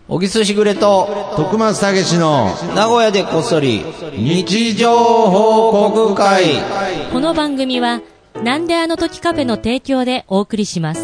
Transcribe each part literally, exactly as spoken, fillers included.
小木須しぐれと徳松たけしの名古屋でこっそり日常報告会。 この番組はなんであの時カフェの提供でお送りします。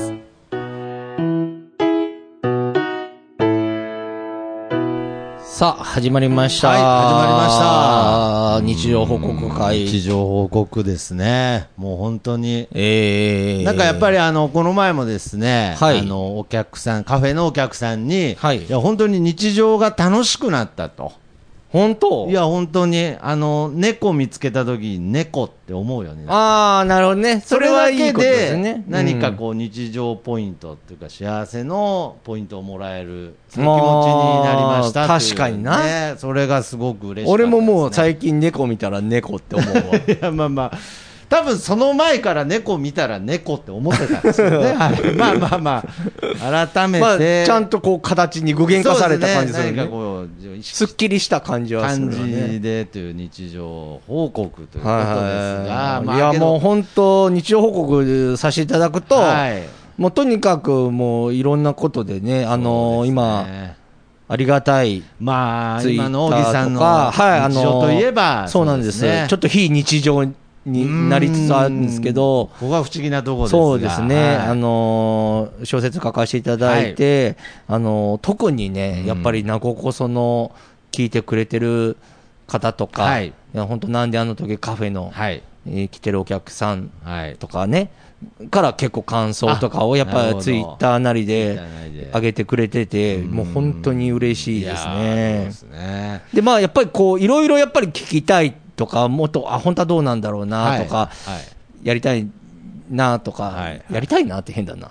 さあ始まりました。 はい、始まりました。日常報告会。 日常報告ですね。もう本当に、 えー、 なんかやっぱりあのこの前もですね、 はい、 あのお客さんカフェのお客さんに、 はい、 いや本当に日常が楽しくなったと。 本当？ いや本当にあの猫見つけた時に猫って思うよね。 ああなるほどね。それはいいことですね。 何かこう日常ポイントっていうか幸せのポイントをもらえるそういう気持ちになりましたっていう、ね、 確かにな。 それがすごく嬉しかったですね。 俺ももう最近猫見たら猫って思うわ。 いやまあまあ多分その前から猫見たら猫って思ってたんですよね。はい、まあまあまあ改めて、まあ、 ちゃんとこう形に具現化された感じするね。 何かこうすっきりした感じはするね。 感じでという日常報告ということですが、はい、まあ、 いやもう本当日常報告させていただくと、はい、もうとにかくもういろんなことでね、あのーね、今ありがたいまあ今の小木さんの日常といえば、 はい、そうなんです。ちょっと非日常になりつつあるんですけど、 ここが不思議なところですが、 そうですね、はい、あのー、小説書かせていただいて、はい、あのー、特にね、やっぱり名古屋その聞いてくれてる方とか、はい、いや本当なんであの時カフェの、はい、えー、来てるお客さんとかね、はい、から結構感想とかをやっぱりツイッターなりで上げてくれてて、もう本当に嬉しいですね。 ですね。 でまあやっぱりこういろいろやっぱり聞きたいとか、もっとあ本当はどうなんだろうなとか、はいはい、やりたいなとか、はい、やりたいなって変だな。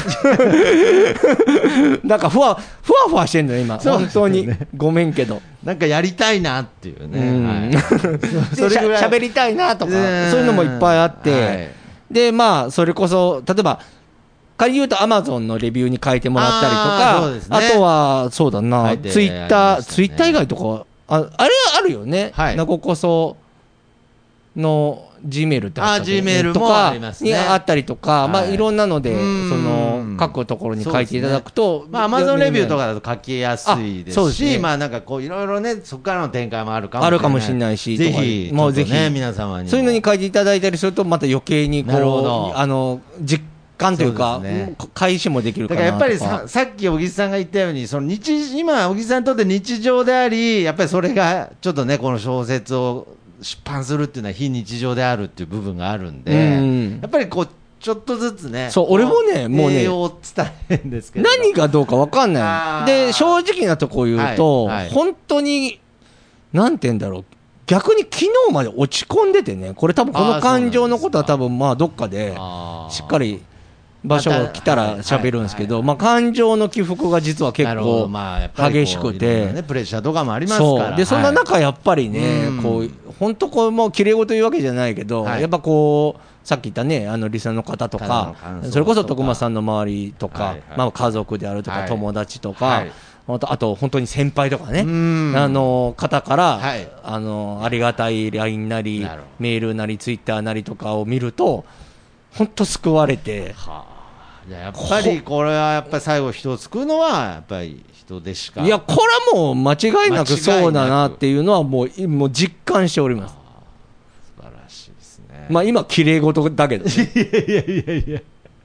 なんかふわふわふわしてんのよ今、ね、本当にごめんけど、 なんかやりたいなっていうね、うん、はい、 それぐらい喋りたいなとか、そういうのもいっぱいあって、はい、でまあそれこそ例えば仮に言うとアマゾンのレビューに書いてもらったりとか、 あ,、そうですね、あとはそうだな、ツイッターツイッター以外とかあ, あれあるよね、はい、なここその G メールってあったり、 あ G メールもありますね、 にあったりとか、はい、まあいろんなのでその各ところに書いていただくと、 ね、まあ Amazon レビューとかだと書きやすいですし、ね、まあなんかこういろいろねそこからの展開もあるかもしれない、あるかもしれないし、ぜひもうぜひ皆様にそういうのに書いていただいたりするとまた余計にこうあの実感というか、ね、開始もできるかなとか。だからやっぱり さ, さっき小木さんが言ったようにその日今小木さんにとって日常であり、やっぱりそれがちょっとねこの小説を出版するっていうのは非日常であるっていう部分があるんで、うん、やっぱりこうちょっとずつね、 そう俺もねもうね栄養を伝えるんですけど、 何がどうか分かんないで、正直なとこ言うと、はいはい、本当になんて言うんだろう、逆に昨日まで落ち込んでてね、これ多分この感情のことは多分まあどっかでしっかり場所が来たら喋るんですけど、まあ感情の起伏が実は結構激しくて、 プレッシャーとかもありますから、 でそんな中やっぱりね、こう本当こうもう綺麗事言うわけじゃないけど、やっぱこうさっき言ったねあのリスナーの方とか、それこそ徳間さんの周りとか、まあ家族であるとか友達とか、あと本当に先輩とかね、あの方から、はい、あのありがたい ライン なりメールなりツイッターなりとかを見ると本当救われて、はあ、いややっぱりこれはやっぱり最後人を救うのはやっぱり人でしか、 いやこれはもう間違いなくそうだなっていうのはもう、もう実感しております。 素晴らしいですね。 まあ今綺麗事だけど、ね、 いやいやいやいや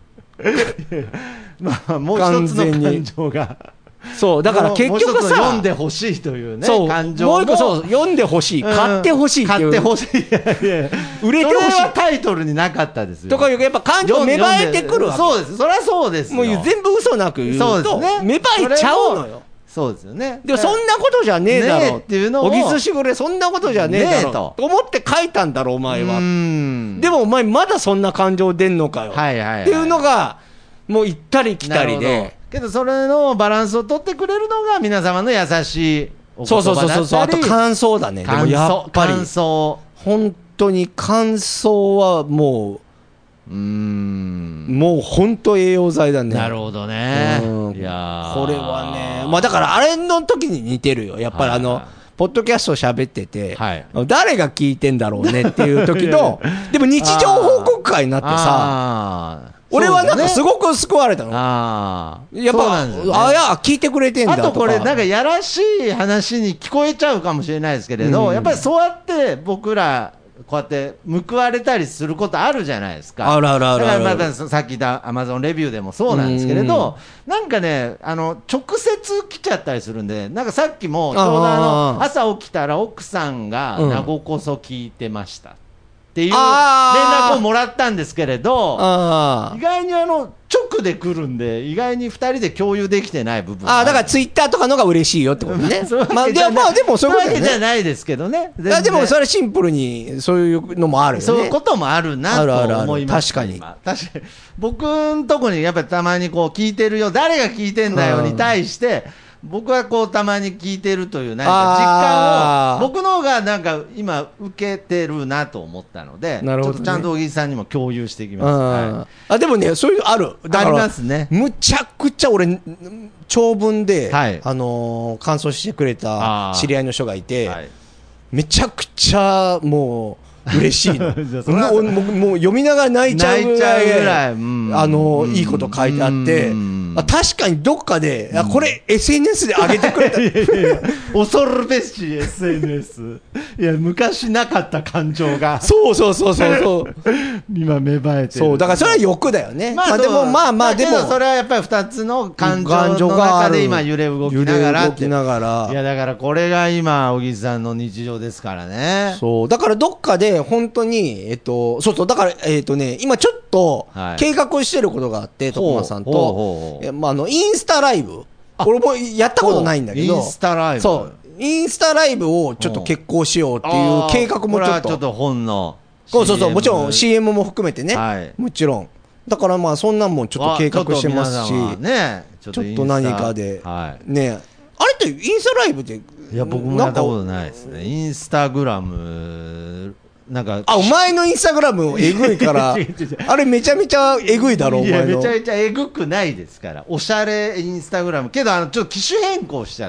まあもう一つの感情がそうだから結局さ読んでほしいというね、そう感情ももう一個そう読んでほしい、うん、買ってほしいっていう、 買ってほしい、いやいや売れてほしい、それはタイトルになかったですよとかやっぱ感情芽生えてくるわけ。 そうです、そりゃそうですよ、 もう全部嘘なく言うとそうです、ね、芽生えちゃうのよ。 そうですよね。 でもそんなことじゃねえだろう、 ね、っていうのを小木須しぐれそんなことじゃねえだろうと思って書いたんだろうお前は。うーん、でもお前まだそんな感情出んのかよ、はいはいはい、っていうのがもう行ったり来たりで、 けどそれのバランスを取ってくれるのが皆様の優しいお言葉だったり、 そうそうそうそう、あと感想だね。でもやっぱり感想、 本当に感想はもううーんもう本当栄養剤だね。 なるほどね、うん、いやこれはね、まあだからあれの時に似てるよやっぱり、あの、はいはい、ポッドキャスト喋ってて、はい、誰が聞いてんだろうねっていう時のでも日常報告会になってさ俺はなんかすごく救われたの。ああ。やっぱ、ね、あや、聞いてくれてんだとか。 あとこれ、なんかやらしい話に聞こえちゃうかもしれないですけれど、うん、やっぱりそうやって僕ら、こうやって報われたりすることあるじゃないですか。 あるあるあるある。 だからまたさっき言ったアマゾンレビューでもそうなんですけれど、なんかね、あの、直接来ちゃったりするんで、なんかさっきも、ちょうどあの、朝起きたら奥さんが、名護こそ聞いてました。っていう連絡をもらったんですけれど、意外にあの直で来るんで、意外にふたりで共有できてない部分、 ああ、だからツイッターとかのが嬉しいよってことね。まあ、でも、まあ、でもそういうことだよね。じゃないですけどね。 でもそれはシンプルにそういうのもあるよね。 そういうこともあるなと思います。 確かに。 確かに。僕んとこにやっぱりたまにこう聞いてるよ、誰が聞いてんだよに対して、僕はこうたまに聞いてるというなんか実感を僕の方がなんか今受けてるなと思ったので、なるほどね、ちょっとちゃんと小木さんにも共有していきます。あ、 はい、あでもね、そういうのある。 ありますね。 むちゃくちゃ俺長文で、はい、あのー、感想してくれた知り合いの人がいて、はい、めちゃくちゃもう嬉しいの。もう、もう読みながら泣いちゃうぐらい、ぐらい、うん、あのー、いいこと書いてあって、あ、確かにどっかで、うん、これ エスエヌエス で上げてくれた。いやいやいや、 恐るべし エスエヌエス。いや、昔なかった感情が。 そうそうそうそうそう。 今芽生えてる。 そう、だからそれは欲だよね。 まあ、まあ、でもまあまあでも。それはやっぱり二つの感情の中で今揺れ動きながら。 揺れ動きながら。 いや、だからこれが今、小木さんの日常ですからね。 そう、だからどっかで本当に、えっと、そうそう、だから、えっとね、今ちょっと計画してることがあって、徳間さんと。まあ、あのインスタライブ、俺もやったことないんだけど、 インスタライブ、 そうインスタライブをちょっと決行しようっていう計画もちょっと、 ちょっと本のシーエム、そうそうそう、もちろん シーエム も含めてね、はい、もちろんだからまあそんなんもちょっと計画してますし、 ね、 ちょっと何かで、はい、ね、あれってインスタライブって、いや僕もやったことないですね。インスタグラムなんか、 あ、お前のインスタグラムえぐいからあれめちゃめちゃえぐいだろ。お前の。 いやめちゃめちゃえぐくないですから、おしゃれインスタグラムけど、あのちょっと機種変更しちゃって、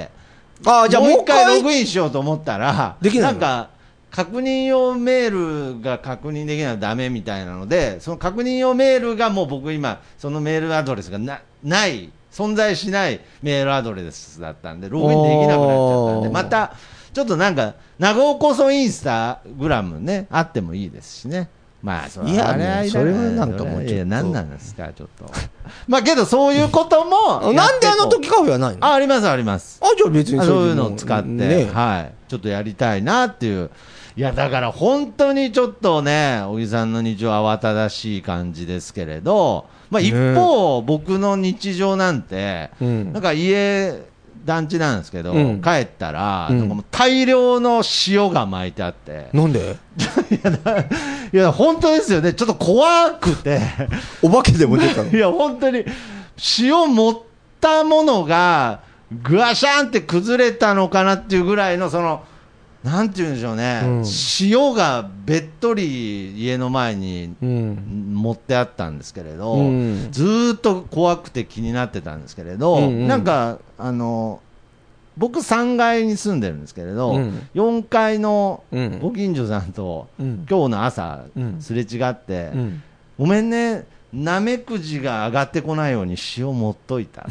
あ、じゃあもう一回ログインしようと思ったらできないの。なんか確認用メールが確認できないとダメみたいなので、その確認用メールがもう僕今そのメールアドレスが な, ない存在しないメールアドレスだったんで、ログインできなくなっちゃったんで、またちょっとなんか、名護こそインスタグラムね、あってもいいですしね。まあ、それは、 あれ、それはなんかもうちょっと。いや、 何なんですか、ちょっと。まあ、けど、そういうことも。 なんであの時カフェはないの？ あ、あります、あります。 あ、じゃあ別にそういうのを使って、ね、はい。ちょっとやりたいなっていう。いや、だから本当にちょっとね、小木さんの日常慌ただしい感じですけれど、まあ、一方、ね、僕の日常なんて、うん、なんか家、団地なんですけど、うん、帰ったら、うん、なんかもう大量の塩が巻いてあって、 なんでいや、いや本当ですよね、ちょっと怖くてお化けでも出たの？ いや本当に塩持ったものがぐわしゃんって崩れたのかなっていうぐらいの、そのなんていうんでしょうね、うん、塩がべっとり家の前に持ってあったんですけれど、うん、ずーっと怖くて気になってたんですけれど、うんうん、なんかあの僕さんがいに住んでるんですけれど、うん、よんかいのご近所さんと、うん、今日の朝、うん、すれ違って、うん、ごめんね、ナメクジが上がってこないように塩持っといた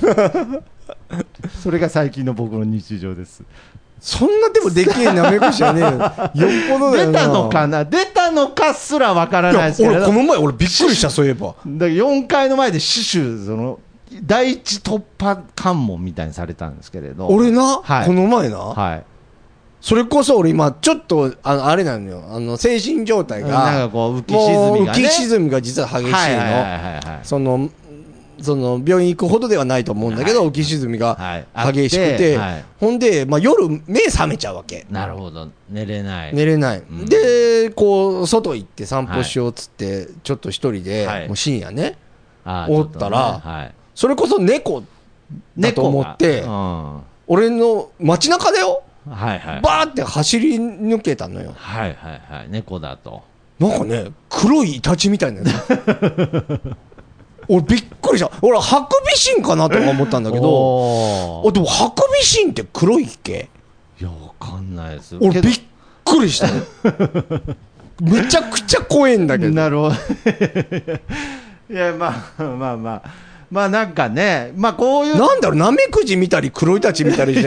それが最近の僕の日常です。 そんなでもでけえなめこじゃねえよ。よっぽどだよな。 出たのかな、出たのかすらわからないですけど。 俺この前俺びっくりした。そういえば。 だからよんかいの前で死守、その第一突破関門みたいにされたんですけれど。 俺な、はい、この前な。 はい。 それこそ俺今ちょっとあのあれなのよ。あの精神状態がなんかこう浮き沈みがね。 浮き沈みが実は激しいの。はいはいはいはい、その。その病院行くほどではないと思うんだけど、はい、浮き沈みが激しくて、はいはい、ほんで、まあ、夜目覚めちゃうわけ。 なるほど、寝れない寝れない、うん、でこう外行って散歩しようっつって、はい、ちょっと一人で、はい、もう深夜ねおったら、ね、はい、それこそ猫だと思って、うん、俺の街中だよ、はいはい、バーって走り抜けたのよ。 はいはいはい、猫だとなんかね黒いイタチみたいな俺びっくりした。俺ハクビシンかなとか思ったんだけど、でもハクビシンって黒いっけ？ いやわかんないです。 俺びっくりしためちゃくちゃ怖いんだけど。 なるほどいや、まあまあまあ。まあなんかね、まあこういう。 なんだろう、ナメクジ見たり、黒イタチ見たりして。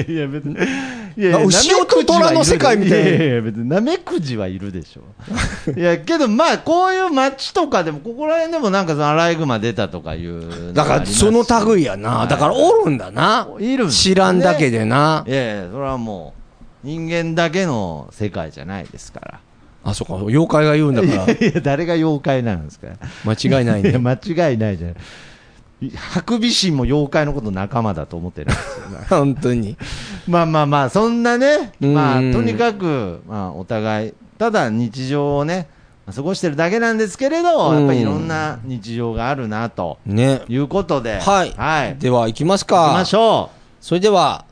いや、別に。いやいや、牛と虎の世界みたいな。いやいや、 別にナメクジはいるでしょ。いや、けどまあこういう街とかでも、ここら辺でもなんかそのアライグマ出たとかいう。 だからその類やな。だからおるんだな。 いるんだ。 知らんだけでな。 いやいや、それはもう、人間だけの世界じゃないですから。 あ、そうか、妖怪が言うんだから。 いや、誰が妖怪なんですか。 間違いないね。 いや、間違いないじゃない。ハクビシンも妖怪のこと仲間だと思ってるんですよ、ね、 本当に。 まあまあまあ、そんなね、まあ、とにかく、まあ、お互い、ただ日常をね、過ごしてるだけなんですけれど、やっぱりいろんな日常があるなと、ね、いうことで、 はい、はい、では行きますか。 行きましょう。 それでは、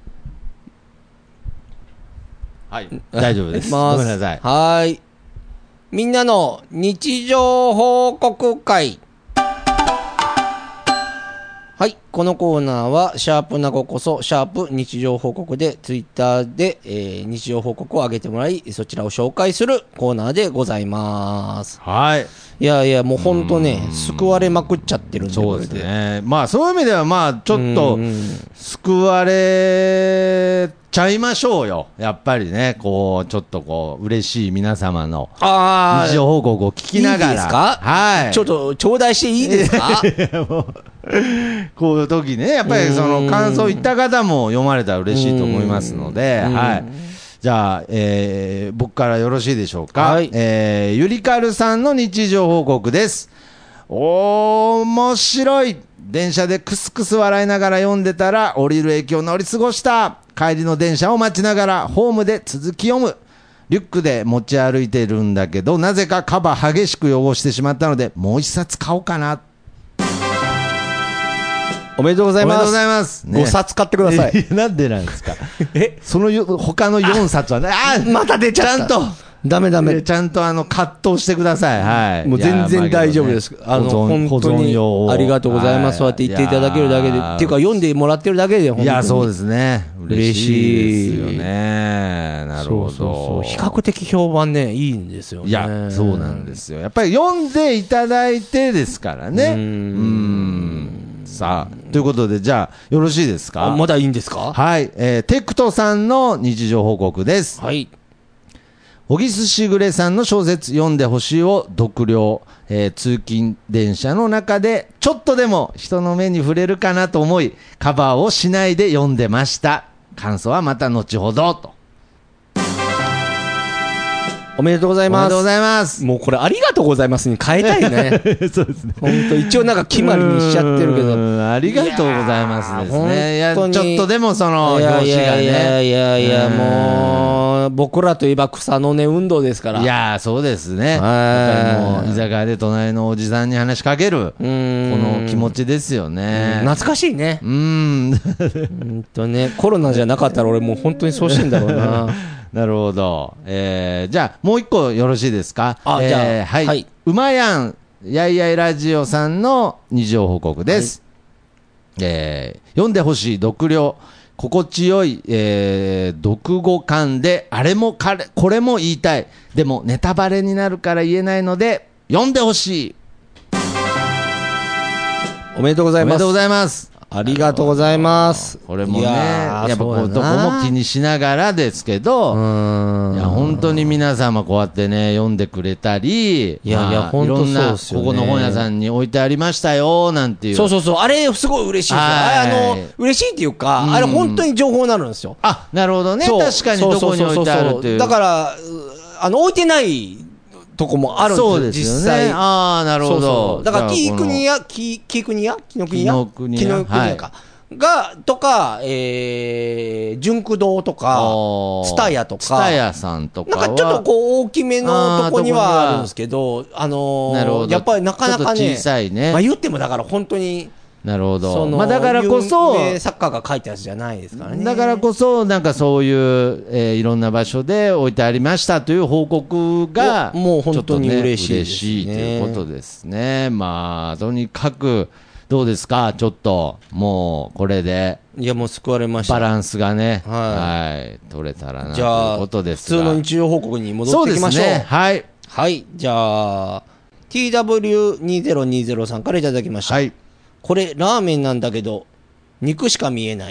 はい、大丈夫です。ごめんなさい。 はい。みんなの日常報告会。はい。このコーナーは、シャープなごこそ、シャープ日常報告で、ツイッターで、えー、日常報告を上げてもらい、そちらを紹介するコーナーでございます。 はい。 いやいや、もうほんとね、救われまくっちゃってるんで、 そうですね。まあ、そういう意味では、まあ、ちょっと、救われちゃいましょうよ。やっぱりね、こう、ちょっとこう、嬉しい皆様の日常報告を聞きながら。いいですか？ はい。ちょっと、頂戴していいですか？いや、もうこういう時ね、やっぱりその感想言った方も読まれたら嬉しいと思いますので、はい。じゃあ、えー、僕からよろしいでしょうか。はい。えー、ゆりかるさんの日常報告です。おー、面白い。電車でクスクス笑いながら読んでたら、降りる駅を乗り過ごした。帰りの電車を待ちながら、ホームで続き読む。リュックで持ち歩いてるんだけど、なぜかカバー激しく汚してしまったので、もう一冊買おうかな。 おめでとうございます。 おめでとうございます。 ね、ごさつ買ってください。 なんでなんですか。え、そのよ他のよんさつはね、ああ、また出ちゃった。 ちゃんと。 ダメダメ。 ちゃんとあの、葛藤してください。はい。 もう全然大丈夫です。あの、本当にありがとうございます。そうやって言っていただけるだけで。っていうか、読んでもらってるだけで、 いや、そうですね。 嬉しいですよね。なるほど。そうそうそう。 比較的評判ね、いいんですよね。 いや、そうなんですよ。やっぱり読んでいただいてですからね。うん。さあ、ということで、じゃあ、よろしいですか？ まだいいんですか？ はい。えー、テクトさんの日常報告です。 はい。 小木須しぐれさんの小説読んでほしいを読了、えー、通勤電車の中でちょっとでも人の目に触れるかなと思いカバーをしないで読んでました。感想はまた後ほどと。 おめでとうございます。 おめでとうございます。 もうこれありがとうございますに変えたいね。 そうですね。 本当一応なんか決まりにしちゃってるけど。 ありがとうございますですね。いや、ちょっとでもその表紙がね。いやいやいやいや、もう、僕らといえば草の根運動ですから。 いや、そうですね。やっぱりもう、居酒屋で隣のおじさんに話しかける、この気持ちですよね。 懐かしいね。 うん。 うんとね、コロナじゃなかったら俺もう本当にそうしてんだろうな。 なるほど。えー、じゃあ、もう一個よろしいですか？ あ、えー、じゃあ、 はい。はい、うまやん、やいやいラジオさんの日常報告です。はい、えー、読んでほしい読了、心地よい、えー、読後感で、あれもかれ、これも言いたい。でも、ネタバレになるから言えないので、読んでほしい。 おめでとうございます。 おめでとうございます。 ありがとうございます。 これもね、やっぱこうどこも気にしながらですけど、いや本当に皆様こうやってね読んでくれたり、いやいや本当そうですよね。ここの本屋さんに置いてありましたよなんていう。 そうそうそう、あれすごい嬉しいですよ。あの嬉しいっていうか、あれ本当に情報になるんですよ。 あ、なるほどね。確かにどこに置いてあるっていう。 だからあの置いてないとこもあるんですよ、実際。 ああ、なるほど。そうそう、 だから、紀伊国屋、紀伊国屋紀伊国屋紀伊国屋か。が、とか、えー、純駆堂とか、ツタヤとか。 ツタヤさんとか。 なんかちょっとこう、大きめのとこにはあるんですけど、あのー、やっぱりなかなかね、 小さいね。 まあ言ってもだから本当に、 なるほど。まあだからこそ、 サッカーが書いたやつじゃないですからね。 だからこそ、なんかそういう、えー、いろんな場所で置いてありましたという報告が、 もう本当に嬉しいですね。 嬉しいということですね。まあ、とにかく、どうですかちょっと、もう、これで。 いや、もう救われました。 バランスがね、はい、はい、取れたらなということですが。 普通の日常報告に戻っていきましょう。 そうですね。はい。 はい。じゃあ、 ティーダブリューにせんにじゅう さんからいただきました。はい、これラーメンなんだけど肉しか見えない。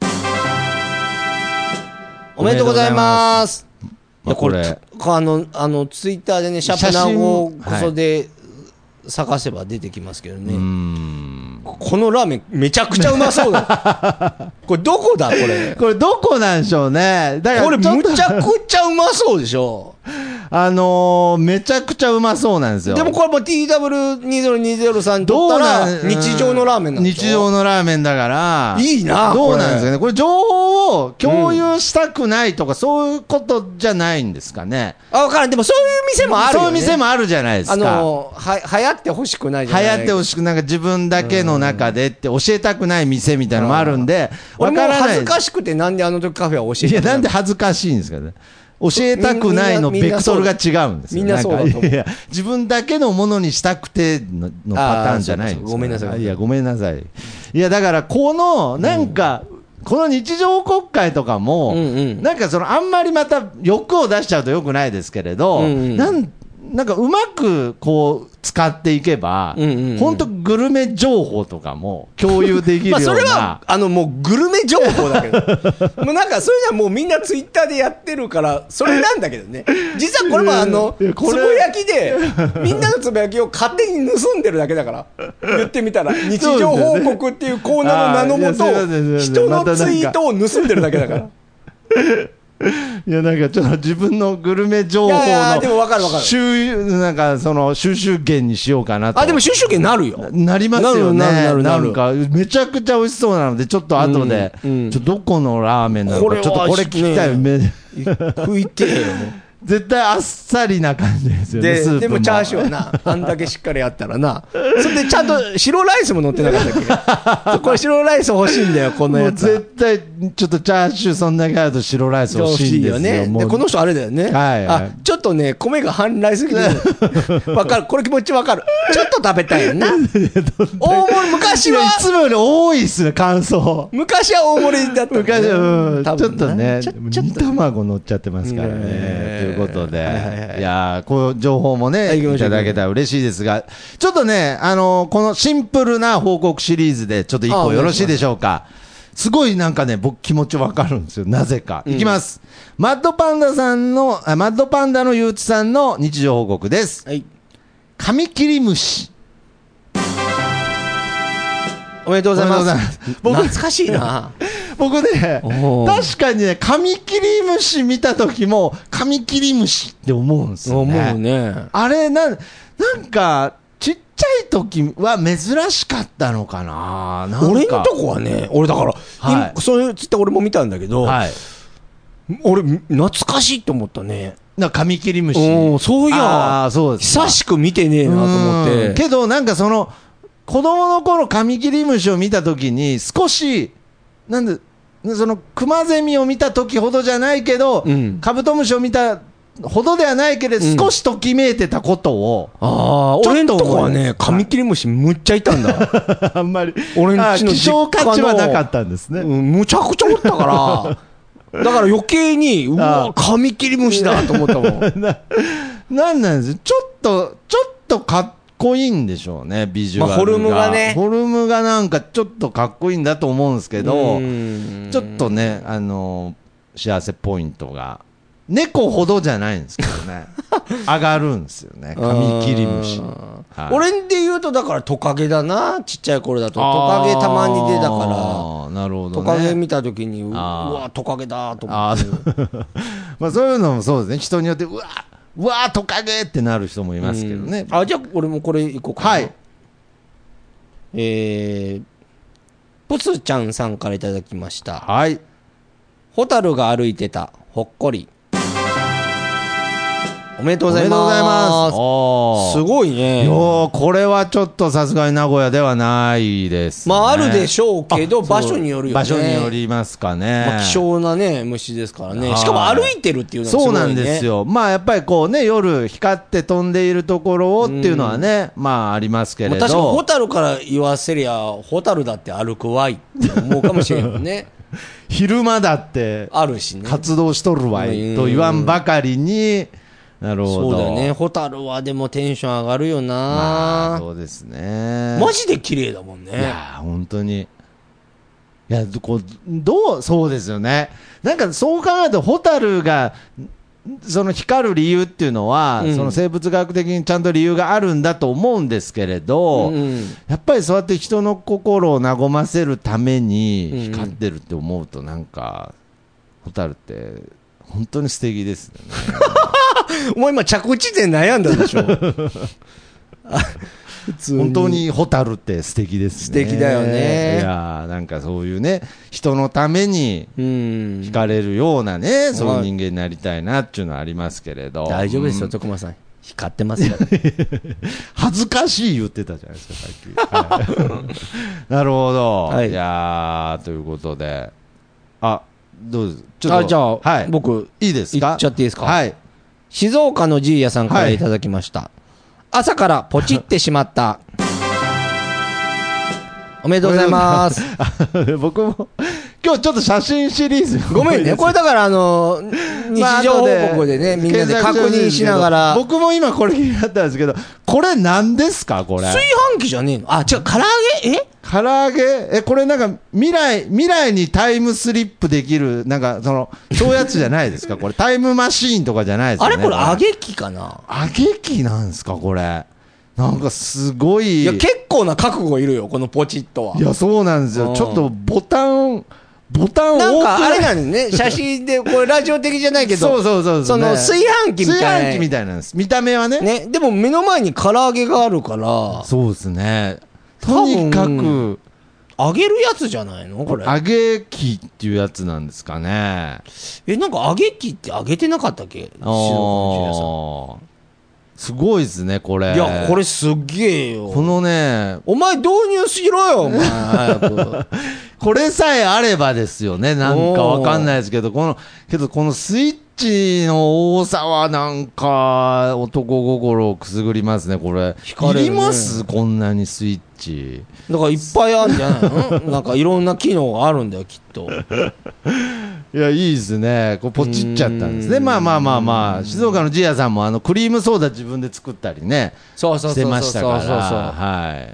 おめでとうございます。いやこれあのあのツイッターでねシャープなごこそで探せば出てきますけどね。うーん、このラーメンめちゃくちゃうまそうだ。これどこだこれ。 これどこなんでしょうね。 だからこれむちゃくちゃうまそうでしょ。 あのー、めちゃくちゃうまそうなんですよ。 でもこれも ティーダブリューにせんにじゅう さんとったら日常のラーメンなんでしょ。 日常のラーメンだからいいな。 どうなんですかね。これ情報を共有したくないとか、うん、そういうことじゃないんですかね。 あ、分からん。でもそういう店もあるよね。 そういう店もあるじゃないですか。 あのー、は流行ってほしくないじゃない。 流行ってほしくなんか自分だけの中でって教えたくない店みたいなのもあるんで、 俺も恥ずかしくてなんであの時カフェは教えてない。 いやなんで恥ずかしいんですかね。教えたくないのベクトルが違うんですよ。 みんなそうだと思う。いや自分だけのものにしたくて の, のパターンじゃないんですか。 ごめんなさい。 いやごめんなさい。いやだからこのなんか、うん、この日常国会とかも、うんうん、なんかそのあんまりまた欲を出しちゃうとよくないですけれど、うんうん、なんなんかうまくこう使っていけば、本当、うんうん、グルメ情報とかも共有できるような。まあそれはあのもうグルメ情報だけど、もうなんかそれじゃもうみんなツイッターでやってるからそれなんだけどね。実はこれもあのつぶやきでみんなのつぶやきを勝手に盗んでるだけだから。言ってみたら日常報告っていうコーナーの名のもと人のツイートを盗んでるだけだから。 いやなんかちょっと自分のグルメ情報の収なんかその収集源にしようかなと。 あでも収集源なるよ。 なりますよね。なるなるなる。なんかめちゃくちゃ美味しそうなのでちょっと後で、うんうん、ちょっとどこのラーメンなのかちょっとこれ聞きたい。ね、 食いてえよ。 絶対あっさりな感じですよね。 で, でもチャーシューはなあんだけしっかりやったらなそれでちゃんと白ライスも乗ってなかったっけ。これ白ライス欲しいんだよこのやつ。 絶対ちょっとチャーシューそんだけあると白ライス欲しいんですよね。 でこの人あれだよね、はいはい、あちょっとね米が半来すぎて分かる。これ気持ち分かる。ちょっと食べたいよな。大盛り昔はいつもより多いっすね感想。 昔は大盛りだった、ね、 昔は、うん、ちょっとね煮卵乗っちゃってますからね。ということで、はいはいはい、いやこういう情報もねいただけたら嬉しいですが、ちょっとねあのー、このシンプルな報告シリーズでちょっと一個よろしいでしょうか。すごいなんかね僕気持ちわかるんですよなぜか、うん、いきます。マッドパンダさんのあマッドパンダのゆうちさんの日常報告です、はい、カミキリムシ。 おめでとうございます。僕懐かしいな。 僕ね確かにねカミキリムシ見た時もカミキリムシって思うんですよね。 思うね。 あれななんかちっちゃい時は珍しかったのかな。なんか俺のとこはね俺だから、はい、それつって俺も見たんだけど、はい、俺懐かしいと思ったね。 なカミキリムシ。 そういやそう久しく見てねえなと思って。 けどなんかその子供の頃カミキリムシを見た時に少しなんでそのクマゼミを見た時ほどじゃないけど、うん、カブトムシを見たほどではないけど、うん、少しときめいてたことを。 ああ俺んとこはねカミキリムシむっちゃいたんだ。 あんまり俺んちの希少価値はなかったんですね、 うん、むちゃくちゃおったからだから余計にうわカミキリムシだと思ったもん。 な, なんなんですちょっとちょっとかっこいいんでしょうねビジュアルが、まあ、フォルムがねフォルムがなんかちょっとかっこいいんだと思うんですけど、ちょっとねあのー、幸せポイントが猫ほどじゃないんですけどね上がるんですよねカミキリムシ、 はい、俺で言うとだからトカゲだな。ちっちゃい頃だとトカゲたまに出たからなるほど、ね、 トカゲ見た時にうわトカゲだと思ってまあそういうのもそうですね。人によってうわうわートカゲってなる人もいますけどね、 うん、あじゃあ俺もこれいこうかな。はいえー、プスちゃんさんからいただきました。 はい。 ホタルが歩いてたほっこり。おめでとうございます。すごいね。 いやこれはちょっとさすがに名古屋ではないですね。 まああるでしょうけど場所によるよね。 場所によりますかね。 まあ、希少なね虫ですからね。しかも歩いてるっていうのはすごいね。 そうなんですよ。まあやっぱりこうね夜光って飛んでいるところをっていうのはね、うん、まあありますけれど。 確かにホタルから言わせりゃホタルだって歩くわいって思うかもしれんよね。 昼間だってあるしね活動しとるわいと言わんばかりに。 なるほど。 そうだよね。ホタルはでもテンション上がるよな。まあ、そうですね。 マジで綺麗だもんね。 いや本当に。いやこうどうそうですよね。なんかそう考えるとホタルがその光る理由っていうのは、うん、その生物学的にちゃんと理由があるんだと思うんですけれど、うん、やっぱりそうやって人の心を和ませるために光ってるって思うと、なんかホタルって本当に素敵ですよね。 お前今着地点悩んだでしょ。 普通に本当にホタルって素敵ですね。 素敵だよね。 いやなんかそういうね、人のために惹かれるようなね、うん、そういう人間になりたいなっていうのはありますけれど。 大丈夫ですよ、徳間さん。光ってますよ。 恥ずかしい言ってたじゃないですか、さっき。はい、なるほど。はい、いやということで、あ、どうですちょっとあじゃあ、はい、僕いいですか、 言っちゃっていいですか。 はい、 静岡のじいやさんからいただきました、はい、朝からポチってしまった。おめでとうございます。 僕も今日ちょっと写真シリーズごめんね、これだからあの日常報告でね、みんなで確認しながら。 僕も今これ気になったんですけど、これ何ですかこれ。 炊飯器じゃねえの。あ、違う、唐揚げ。え唐揚げえ、これなんか未来未来にタイムスリップできるなんかそのそういうやつじゃないですかこれ。タイムマシーンとかじゃないですよね。 あれこれ揚げ器かな。 揚げ器なんですかこれ。なんかすごい。 いや結構な覚悟いるよこのポチッとは。 いやそうなんですよ。ちょっとボタンボタンなんかあれなんですね。写真でこれラジオ的じゃないけどそうそうそうそう、ね、 その炊飯器みたいな炊飯器みたいなんです見た目は ね, ねでも目の前に唐揚げがあるから。 そうですね。とにかく揚げるやつじゃないのこれ。 揚げ器っていうやつなんですかね。 えなんか揚げ器って揚げてなかったっけ。 あすごいですねこれ。 いやこれすっげえよこのね。 お前導入しろよお前早く。 これさえあればですよね。なんかわかんないですけどこのけどこのスイッチの多さはなんか男心をくすぐりますねこれ。 光るね、 いりますこんなにスイッチ。 だからいっぱいあるんじゃないの。なんかいろんな機能があるんだよきっと。 いやいいですね。こうポチっちゃったんですね。まあまあまあまあ静岡のジアさんもあのクリームソーダ自分で作ったりねそうそうそうそうしてましたから。はい。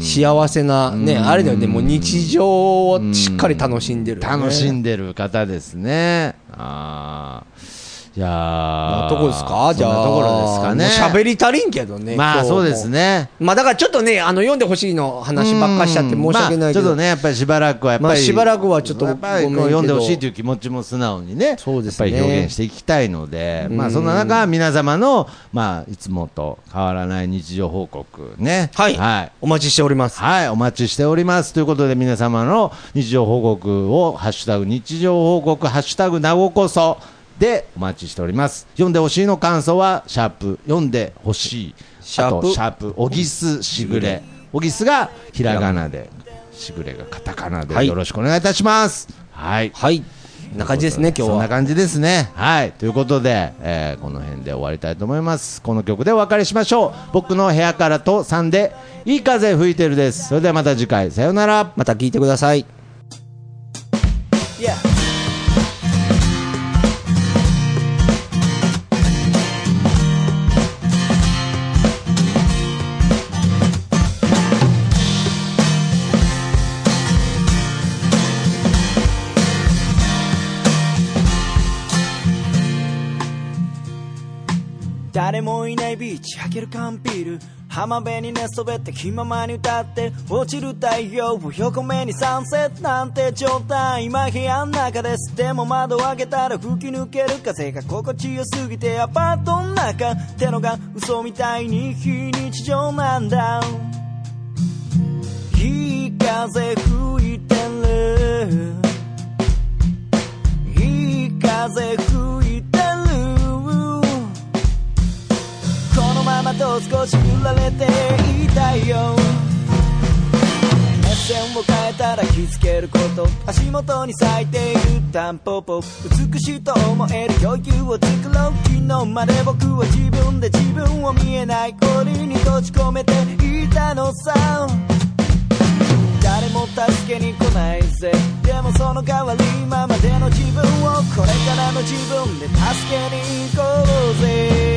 幸せなねあれだよね。もう日常をしっかり楽しんでる、ね、 楽しんでる方ですね。ああいやーとこですか。じゃあところですかね。 喋り足りんけどね。 まあそうですね。 まあだからちょっとねあの読んでほしいの話ばっかしちゃって申し訳ないけど、 まあ、ちょっとねやっぱりしばらくはやっぱり、まあ、 しばらくはちょっとやっぱりこう読んでほしいという気持ちも素直にねそうですねやっぱり表現していきたいので、まあそんな中皆様のまあいつもと変わらない日常報告ねはい、はい、お待ちしております。 はいお待ちしておりますということで皆様の日常報告をハッシュタグ日常報告ハッシュタグなごこそでお待ちしております。読んでほしいの感想はシャープ読んでほしいシャープあとシャープおぎすしぐれおぎすがひらがなでしぐれがカタカナでよろしくお願いいたします。はいはい、こんな感じですね今日は。 そんな感じですね。はいということで、えー、この辺で終わりたいと思います。この曲でお別れしましょう。僕の部屋からとさんでいい風吹いてるです。それではまた次回さようなら。 また聞いてください。yeah. 誰もいないビーチ開ける缶ビール浜辺に寝そべって気ままに歌って落ちる太陽を横目にサンセットなんて状態今部屋の中です。でも窓を開けたら吹き抜ける風が心地よすぎてアパートの中ってのが嘘みたいに非日常なんだ。いい風吹いてるいい風吹いてるこのままと少し揺られていたいよ。目線を変えたら気づけること足元に咲いているタンポポ美しいと思える余裕を作ろう。昨日まで僕は自分で自分を見えない氷に閉じ込めていたのさ。誰も助けに来ないぜ。でもその代わり今までの自分をこれからの自分で助けに行こうぜ。